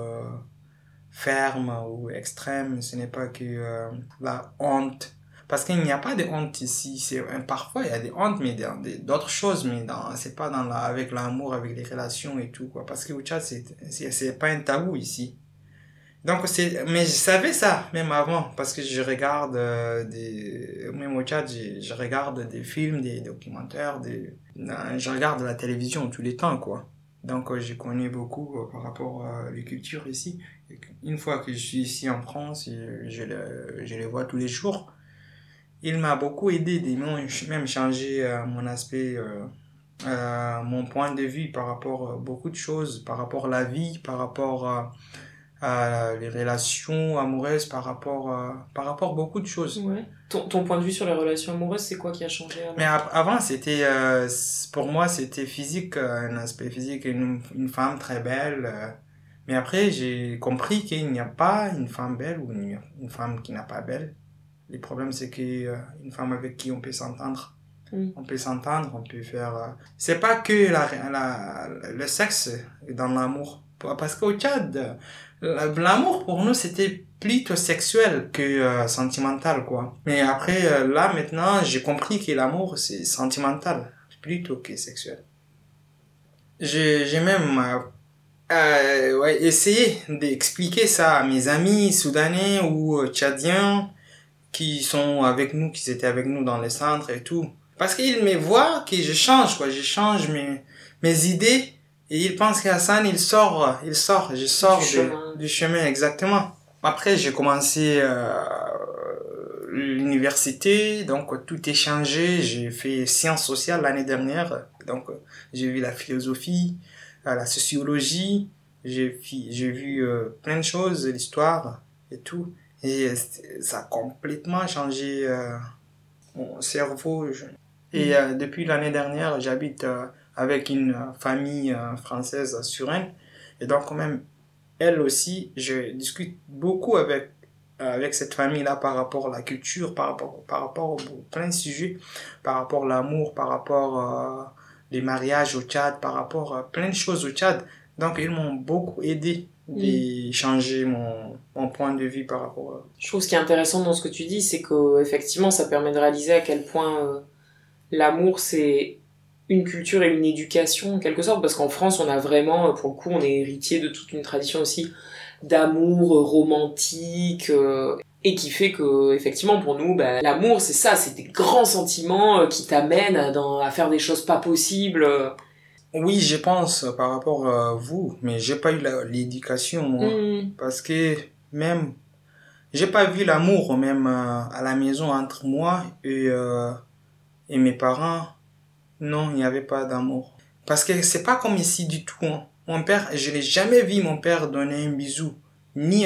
ferme ou extrême, ce n'est pas que la honte. Parce qu'il n'y a pas de honte ici. Parfois, il y a des hontes, mais d'autres choses, mais c'est pas avec l'amour, avec les relations et tout, quoi. Parce que au Tchad, c'est pas un tabou ici. Donc, mais je savais ça, même avant, parce que je regarde même au Tchad, je regarde des films, des documentaires, je regarde la télévision tous les temps, quoi. Donc, j'ai connu beaucoup par rapport à les cultures ici. Une fois que je suis ici en France, je les vois tous les jours. Il m'a beaucoup aidé, même changer mon aspect, mon point de vue par rapport à beaucoup de choses, par rapport à la vie, par rapport à les relations amoureuses, par rapport à beaucoup de choses. Ouais. Ton point de vue sur les relations amoureuses, c'est quoi qui a changé alors? Mais avant, c'était, pour moi, c'était physique, un aspect physique, une femme très belle. Mais après, j'ai compris qu'il n'y a pas une femme belle ou une femme qui n'a pas belle. Le problème, c'est qu'une femme avec qui on peut s'entendre. On peut s'entendre, on peut faire... C'est pas que le sexe dans l'amour. Parce qu'au Tchad, l'amour pour nous, c'était plutôt sexuel que sentimental, quoi. Mais après, là, maintenant, j'ai compris que l'amour, c'est sentimental, plutôt que sexuel. J'ai même essayé d'expliquer ça à mes amis soudanais ou tchadiens, qui sont avec nous, qui étaient avec nous dans les centres et tout. Parce qu'ils me voient que je change, quoi. Je change mes idées et ils pensent qu'Hassan, je sors du chemin, exactement. Après, j'ai commencé l'université, donc tout est changé. J'ai fait sciences sociales l'année dernière, donc j'ai vu la philosophie, la sociologie, j'ai vu plein de choses, l'histoire et tout. Et ça a complètement changé mon cerveau. Et depuis l'année dernière, j'habite avec une famille française à Suresnes. Et donc, quand même, elle aussi, je discute beaucoup avec avec cette famille-là par rapport à la culture, par rapport à plein de sujets, par rapport à l'amour, par rapport les mariages au Tchad, par rapport à plein de choses au Tchad. Donc, ils m'ont beaucoup aidé de changer mon point de vue par rapport à... Je trouve ce qui est intéressant dans ce que tu dis, c'est qu'effectivement, ça permet de réaliser à quel point l'amour, c'est une culture et une éducation, en quelque sorte, parce qu'en France, on a vraiment, pour le coup, on est héritier de toute une tradition aussi d'amour romantique, et qui fait que, effectivement, pour nous, l'amour, c'est ça, c'est des grands sentiments qui t'amènent à faire des choses pas possibles. Oui, je pense par rapport à vous, mais j'ai pas eu l'éducation, moi. Parce que même, j'ai pas vu l'amour, même à la maison, entre moi et mes parents. Non, il n'y avait pas d'amour. Parce que c'est pas comme ici du tout, hein. Mon père, je n'ai jamais vu mon père donner un bisou, ni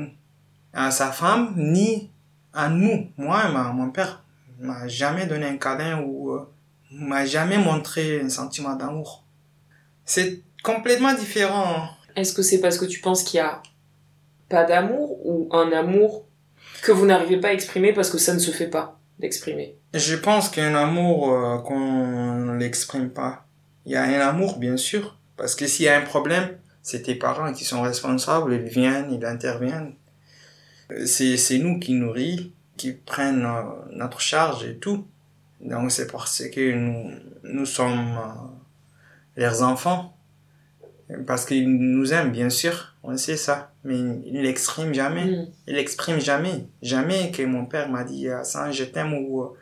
à sa femme, ni à nous. Moi, mon père m'a jamais donné un câlin ou m'a jamais montré un sentiment d'amour. C'est complètement différent. Est-ce que c'est parce que tu penses qu'il y a pas d'amour ou un amour que vous n'arrivez pas à exprimer parce que ça ne se fait pas d'exprimer? Je pense qu'il y a un amour qu'on ne l'exprime pas. Il y a un amour, bien sûr, parce que s'il y a un problème, c'est tes parents qui sont responsables, ils viennent, ils interviennent. C'est nous qui nourrissons, qui prennent notre charge et tout. Donc c'est parce que nous sommes leurs enfants. Parce qu'ils nous aiment, bien sûr, on sait ça. Mais ils l'expriment jamais. Ils l'expriment jamais. Jamais que mon père m'a dit ça, je t'aime ou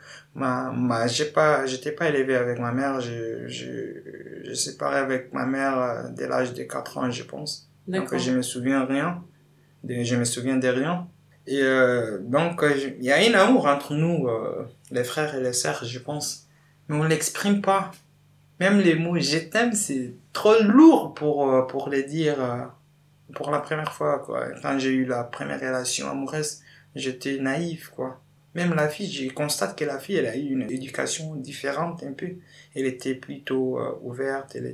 j'étais pas élevé avec ma mère. Je séparé avec ma mère dès l'âge de 4 ans, je pense. D'accord. Donc je me souviens rien. Je me souviens de rien. Et donc il y a un amour entre nous, les frères et les sœurs, je pense. Mais on l'exprime pas. Même les mots « je t'aime », c'est trop lourd pour les dire pour la première fois, quoi. Quand j'ai eu la première relation amoureuse, j'étais naïf, quoi. Même la fille, je constate que la fille, elle a eu une éducation différente un peu. Elle était plutôt ouverte, elle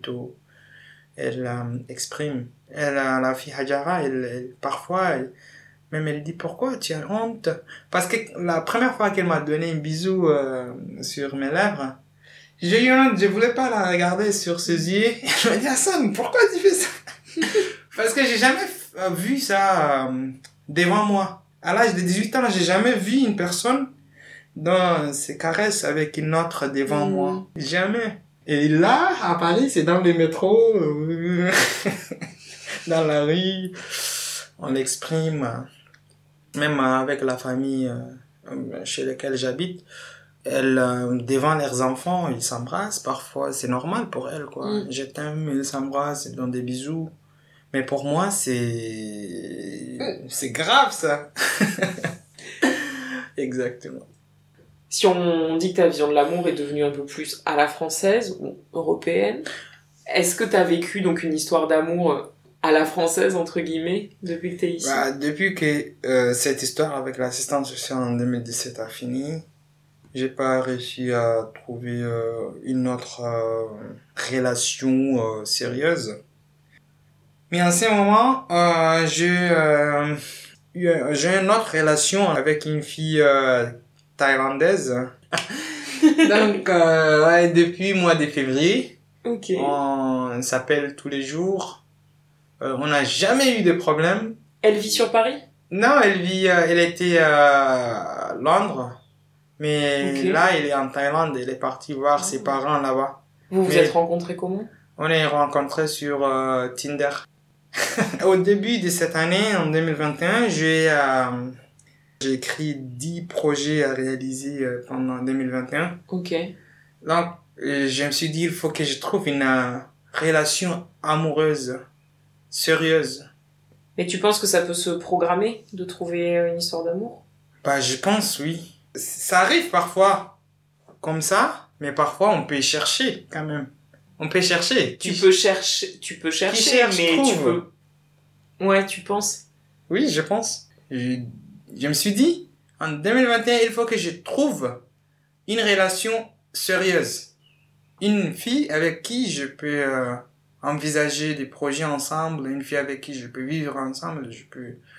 exprime. La fille Hajara, parfois, elle dit « Pourquoi tu as honte ?» Parce que la première fois qu'elle m'a donné un bisou sur mes lèvres, j'ai eu honte, je voulais pas la regarder sur ses yeux. Elle m'a dit, Hassan, pourquoi tu fais ça? Parce que j'ai jamais vu ça devant moi. À l'âge de 18 ans, j'ai jamais vu une personne dans ses caresses avec une autre devant moi. Jamais. Et là, à Paris, c'est dans les métros, dans la rue, on l'exprime, même avec la famille chez laquelle j'habite. Devant leurs enfants, ils s'embrassent. Parfois, c'est normal pour elles, quoi. Je t'aime, ils s'embrassent, ils donnent des bisous. Mais pour moi, c'est grave, ça. Exactement. Si on dit que ta vision de l'amour est devenue un peu plus à la française ou européenne, est-ce que t'as vécu donc une histoire d'amour à la française, entre guillemets, depuis que t'es ici? Depuis que cette histoire avec l'assistante sociale en 2017 a fini, j'ai pas réussi à trouver une autre relation sérieuse. Mais en ce moment, j'ai une autre relation avec une fille thaïlandaise. Donc, depuis le mois de février, on s'appelle tous les jours. On n'a jamais eu de problème. Elle vit sur Paris? Non, elle était à Londres. Mais là, elle est en Thaïlande, elle est partie voir ses parents là-bas. Vous vous êtes rencontrés comment? On est rencontrés sur Tinder. Au début de cette année, en 2021, j'ai écrit 10 projets à réaliser pendant 2021. Ok. Donc, je me suis dit, il faut que je trouve une relation amoureuse, sérieuse. Mais tu penses que ça peut se programmer, de trouver une histoire d'amour? Je pense, oui. Ça arrive parfois comme ça, mais parfois on peut y chercher quand même. On peut chercher. Tu peux chercher, mais tu peux... Ouais, tu penses? Oui, je pense. Je me suis dit, en 2021, il faut que je trouve une relation sérieuse. Une fille avec qui je peux envisager des projets ensemble, une fille avec qui je peux vivre ensemble, je peux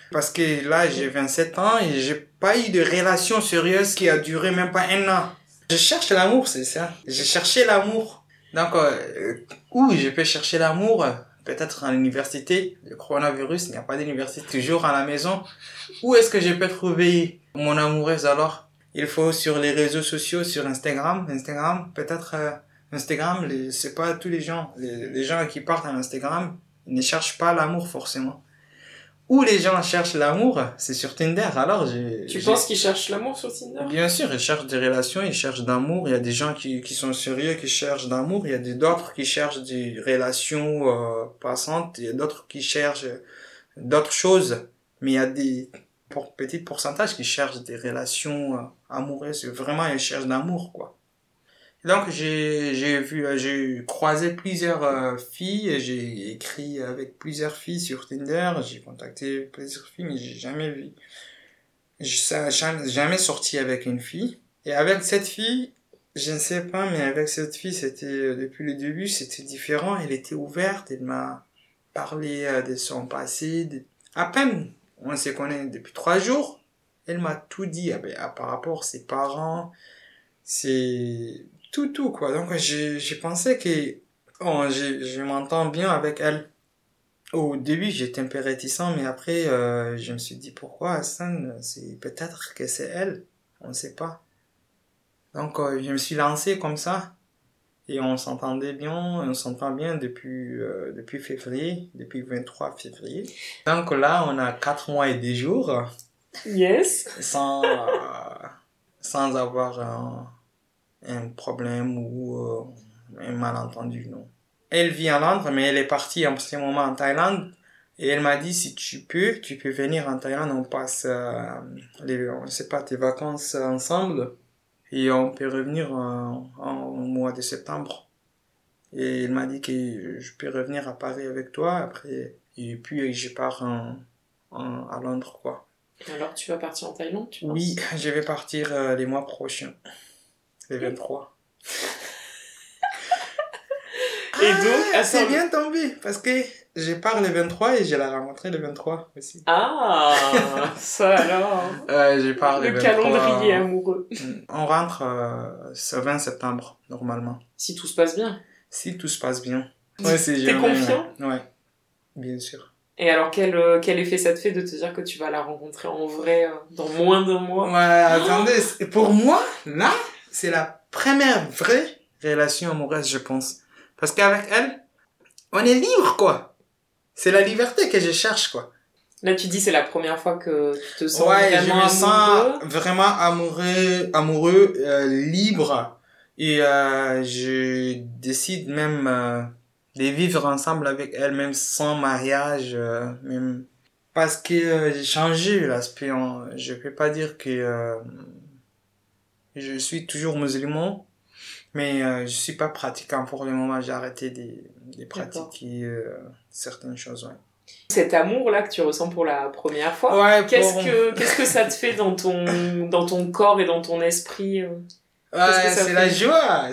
Parce que là, j'ai 27 ans et j'ai pas eu de relation sérieuse qui a duré même pas 1 an. Je cherche l'amour, c'est ça. J'ai cherché l'amour. Donc, où je peux chercher l'amour? Peut-être à l'université. Le coronavirus, il n'y a pas d'université, toujours à la maison. Où est-ce que je peux trouver mon amoureuse alors? Il faut sur les réseaux sociaux, sur Instagram. Peut-être Instagram, c'est pas tous les gens. Les gens qui partent à Instagram, ils ne cherchent pas l'amour forcément. Où les gens cherchent l'amour, c'est sur Tinder. Alors, Tu penses qu'ils cherchent l'amour sur Tinder? Bien sûr, ils cherchent des relations, ils cherchent d'amour. Il y a des gens qui sont sérieux, qui cherchent d'amour. Il y a d'autres qui cherchent des relations passantes. Il y a d'autres qui cherchent d'autres choses. Mais il y a des petits pourcentages qui cherchent des relations amoureuses. Vraiment, ils cherchent d'amour, quoi. Donc, j'ai croisé plusieurs filles, et j'ai écrit avec plusieurs filles sur Tinder, j'ai contacté plusieurs filles, mais j'ai jamais jamais sorti avec une fille. Et avec cette fille, je ne sais pas, mais avec cette fille, c'était, depuis le début, c'était différent. Elle était ouverte, elle m'a parlé de son passé, à peine, on se connaît depuis 3 jours, elle m'a tout dit, par rapport à ses parents, c'est tout quoi. Donc j'ai pensé que je m'entends bien avec elle. Au début j'étais un peu réticent, mais après je me suis dit pourquoi Hassan, c'est peut-être que c'est elle, on ne sait pas. Donc je me suis lancé comme ça et on s'entend bien depuis février, depuis 23 février. Donc là on a 4 mois et 2 jours. Yes. Sans avoir un problème ou un malentendu, non. Elle vit à Londres, mais elle est partie en ce moment en Thaïlande. Et elle m'a dit, si tu peux venir en Thaïlande, on passe, tes vacances ensemble. Et on peut revenir au mois de septembre. Et elle m'a dit que je peux revenir à Paris avec toi après. Et puis, je pars à Londres, quoi. Alors, tu vas partir en Thaïlande, tu penses? Oui, je vais partir les mois prochains. Les 23. Et donc, c'est bien tombé, parce que je pars le 23 et j'ai la rencontré le 23 aussi. Ah, ça alors. Je pars le 23. Calendrier amoureux. On rentre ce 20 septembre, normalement. Si tout se passe bien. Si tout se passe bien. Ouais, T'es confiant? Ouais, bien sûr. Et alors, quel effet ça te fait de te dire que tu vas la rencontrer en vrai dans moins d'1 mois? Ouais, attendez, pour moi, là, c'est la première vraie relation amoureuse, je pense. Parce qu'avec elle, on est libre, quoi. C'est la liberté que je cherche, quoi. Là, tu dis c'est la première fois que tu te sens vraiment vraiment amoureux. Sens vraiment amoureux, libre. Et je décide même de vivre ensemble avec elle, même sans mariage, même parce que j'ai changé l'aspect. Je peux pas dire que je suis toujours musulman, mais je suis pas pratiquant pour le moment. J'ai arrêté de pratiquer certaines choses. Ouais. Cet amour-là que tu ressens pour la première fois, ouais, qu'est-ce que ça te fait dans ton corps et dans ton esprit? C'est la joie,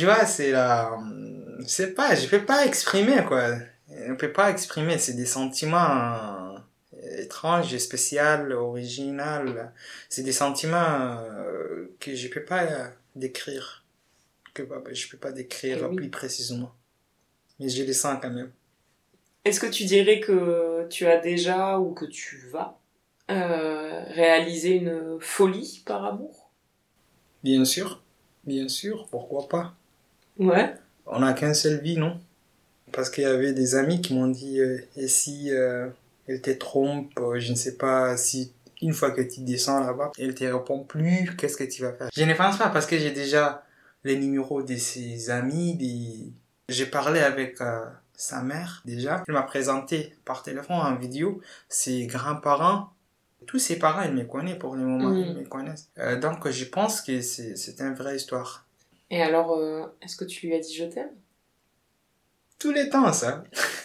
je sais pas, je peux pas exprimer, quoi. On peut pas exprimer, c'est des sentiments étranges, spéciaux, originaux. C'est des sentiments que je peux pas décrire. Je peux pas décrire plus précisément. Mais je les sens quand même. Est-ce que tu dirais que tu as déjà ou que tu vas réaliser une folie par amour? Bien sûr, pourquoi pas? Ouais. On n'a qu'une seule vie, non? Parce qu'il y avait des amis qui m'ont dit et si elle te trompe, je ne sais pas, si une fois que tu descends là-bas, elle te répond plus, qu'est-ce que tu vas faire? Je ne pense pas parce que j'ai déjà les numéros de ses amis, j'ai parlé avec sa mère déjà. Elle m'a présenté par téléphone en vidéo ses grands-parents. Tous ses parents, ils me connaissent pour le moment, ils me connaissent. Donc je pense que c'est une vraie histoire. Et alors, est-ce que tu lui as dit je t'aime? Tous les temps, ça.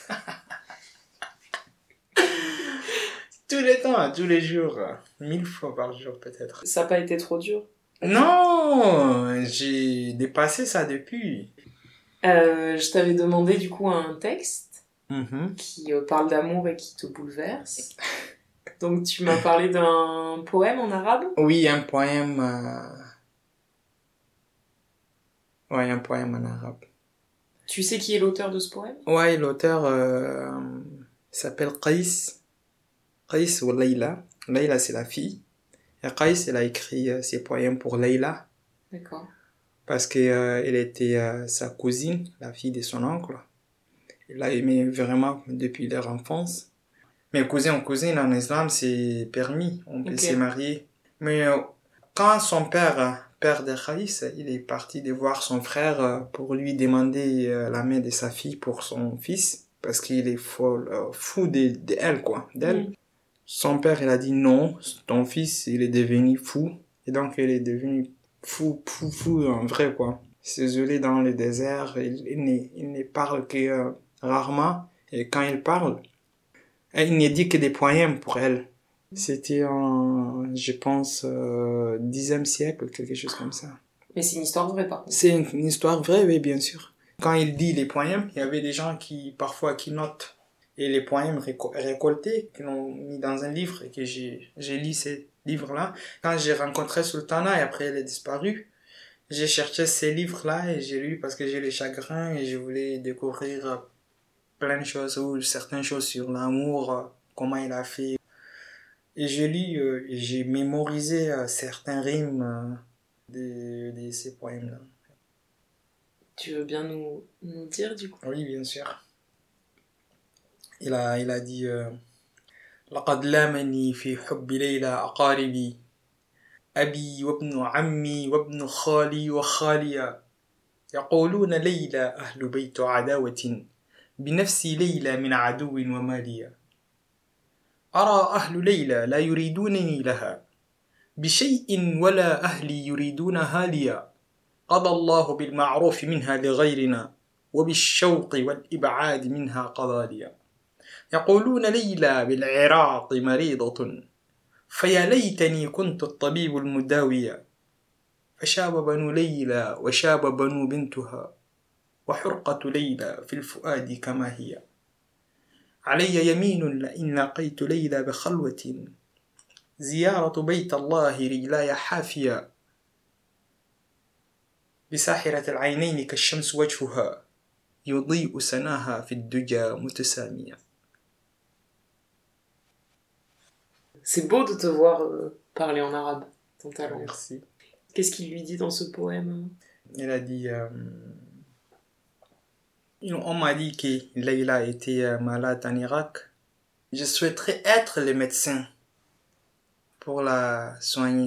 Tous les temps, tous les jours. 1000 fois par jour, peut-être. Ça n'a pas été trop dur? Non, j'ai dépassé ça depuis. Je t'avais demandé du coup un texte Mm-hmm. qui parle d'amour et qui te bouleverse. Donc tu m'as parlé d'un poème en arabe ? Oui, un poème... Ouais, un poème en arabe. Tu sais qui est l'auteur de ce poème ? Ouais, l'auteur s'appelle Qais. Qais ou Layla. Layla, c'est la fille. Et Qais, elle a écrit ses poèmes pour Layla. D'accord. Parce qu'elle était sa cousine, la fille de son oncle. Il l'a aimée vraiment depuis leur enfance. Mais cousin ou cousine en islam, c'est permis. On peut se marier. Mais quand son père de Khaïs, il est parti de voir son frère pour lui demander la main de sa fille pour son fils, parce qu'il est fou d'elle, quoi. D'elle. Son père, il a dit non, ton fils, il est devenu fou. Et donc, il est devenu fou en vrai, quoi. Il s'est isolé dans le désert, il ne parle que rarement. Et quand il parle, il ne dit que des poèmes pour elle. C'était en, je pense, 10e siècle, quelque chose comme ça. Mais c'est une histoire vraie, par contre. C'est une histoire vraie, oui, bien sûr. Quand il dit les poèmes, il y avait des gens qui notent. Et les poèmes récoltés, qui l'ont mis dans un livre, et que j'ai lu ces livres-là. Quand j'ai rencontré Sultana, et après elle est disparue, j'ai cherché ces livres-là, et j'ai lu parce que j'ai le chagrin, et je voulais découvrir plein de choses, ou certaines choses sur l'amour, comment il a fait. Et j'ai lu, et j'ai mémorisé certains rimes de ces poèmes-là. Tu veux bien nous dire, du coup ? Oui, bien sûr. Il a dit لقد لامني في حب ليلى أقاربي أبي وابن عمي وابن خالي وخاليا يقولون ليلى أهل بيت عداوة بنفسي ليلى من عدو وماليا أرى أهل ليلى لا يريدونني لها بشيء ولا أهلي يريدونها لي قضى الله بالمعروف منها لغيرنا وبالشوق والإبعاد منها قضى لي يقولون ليلى بالعراق مريضة فيا ليتني كنت الطبيب المداوي فشاب بنو ليلى وشاب بنو بنتها وحرقة ليلى في الفؤاد كما هي علي يمين لئن لقيت ليلى بخلوة زيارة بيت الله رجلاي حافية بساحرة العينين كالشمس وجهها يضيء سناها في الدجى متسامية. C'est beau de te voir parler en arabe, ton talent. Merci. Qu'est-ce qu'il lui dit dans ce poème ? Il a dit... on m'a dit que Layla était malade en Irak. Je souhaiterais être le médecin pour la soigner.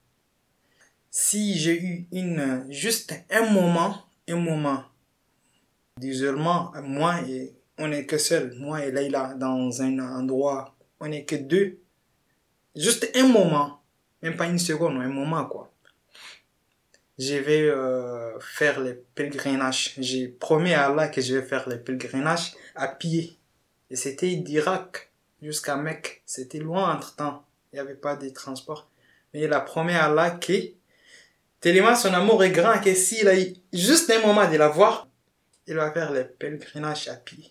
Si j'ai eu juste un moment d'isolement, moi et on n'est que seul, moi et Layla, dans un endroit, on n'est que deux. Juste un moment, même pas une seconde, un moment, quoi. Je vais faire le pèlerinage. J'ai promis à Allah que je vais faire le pèlerinage à pied. Et c'était d'Irak jusqu'à Mecque. C'était loin entre-temps. Il n'y avait pas de transport. Mais il a promis à Allah que, tellement son amour est grand, que s'il a eu juste un moment de la voir, il va faire le pèlerinage à pied.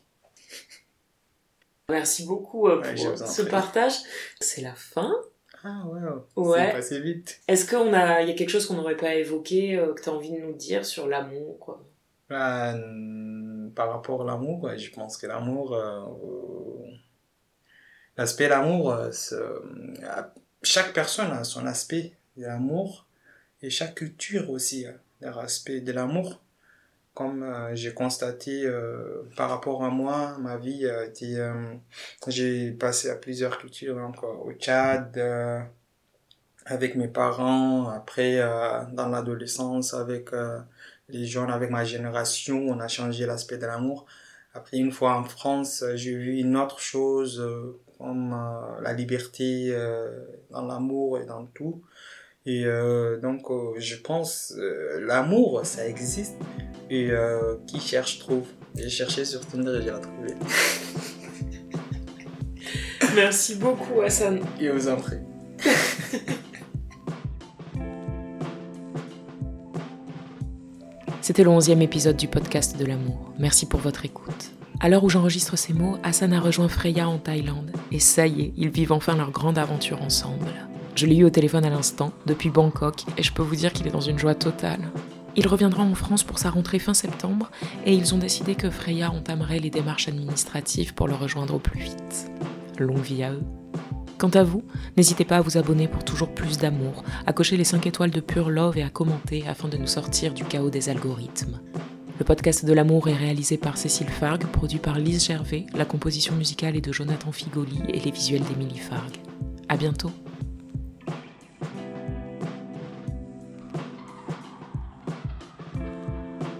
Merci beaucoup pour ce partage. C'est la fin. Ah ouais. C'est passé vite. Est-ce qu'il y a quelque chose qu'on n'aurait pas évoqué, que tu as envie de nous dire sur l'amour, quoi ? Par rapport à l'amour, je pense que l'amour... l'aspect de l'amour, chaque personne a son aspect de l'amour et chaque culture aussi a leur aspect de l'amour. Comme j'ai constaté par rapport à moi, ma vie a été... j'ai passé à plusieurs cultures, donc au Tchad, avec mes parents, après dans l'adolescence, avec les jeunes, avec ma génération, on a changé l'aspect de l'amour. Après, une fois en France, j'ai vu une autre chose, comme la liberté dans l'amour et dans tout. Et donc, je pense l'amour, ça existe. Et qui cherche, trouve. J'ai cherché sur Tinder et je l'ai trouvé. Merci beaucoup, Hassan. Et vous en prie. C'était le 11e épisode du podcast de l'amour. Merci pour votre écoute. À l'heure où j'enregistre ces mots, Hassan a rejoint Freya en Thaïlande. Et ça y est, ils vivent enfin leur grande aventure ensemble. Je l'ai eu au téléphone à l'instant, depuis Bangkok, et je peux vous dire qu'il est dans une joie totale. Il reviendra en France pour sa rentrée fin septembre, et ils ont décidé que Freya entamerait les démarches administratives pour le rejoindre au plus vite. Longue vie à eux. Quant à vous, n'hésitez pas à vous abonner pour toujours plus d'amour, à cocher les 5 étoiles de Pure Love et à commenter afin de nous sortir du chaos des algorithmes. Le podcast de l'amour est réalisé par Cécile Fargue, produit par Lise Gervais, la composition musicale est de Jonathan Figoli et les visuels d'Émilie Fargue. À bientôt.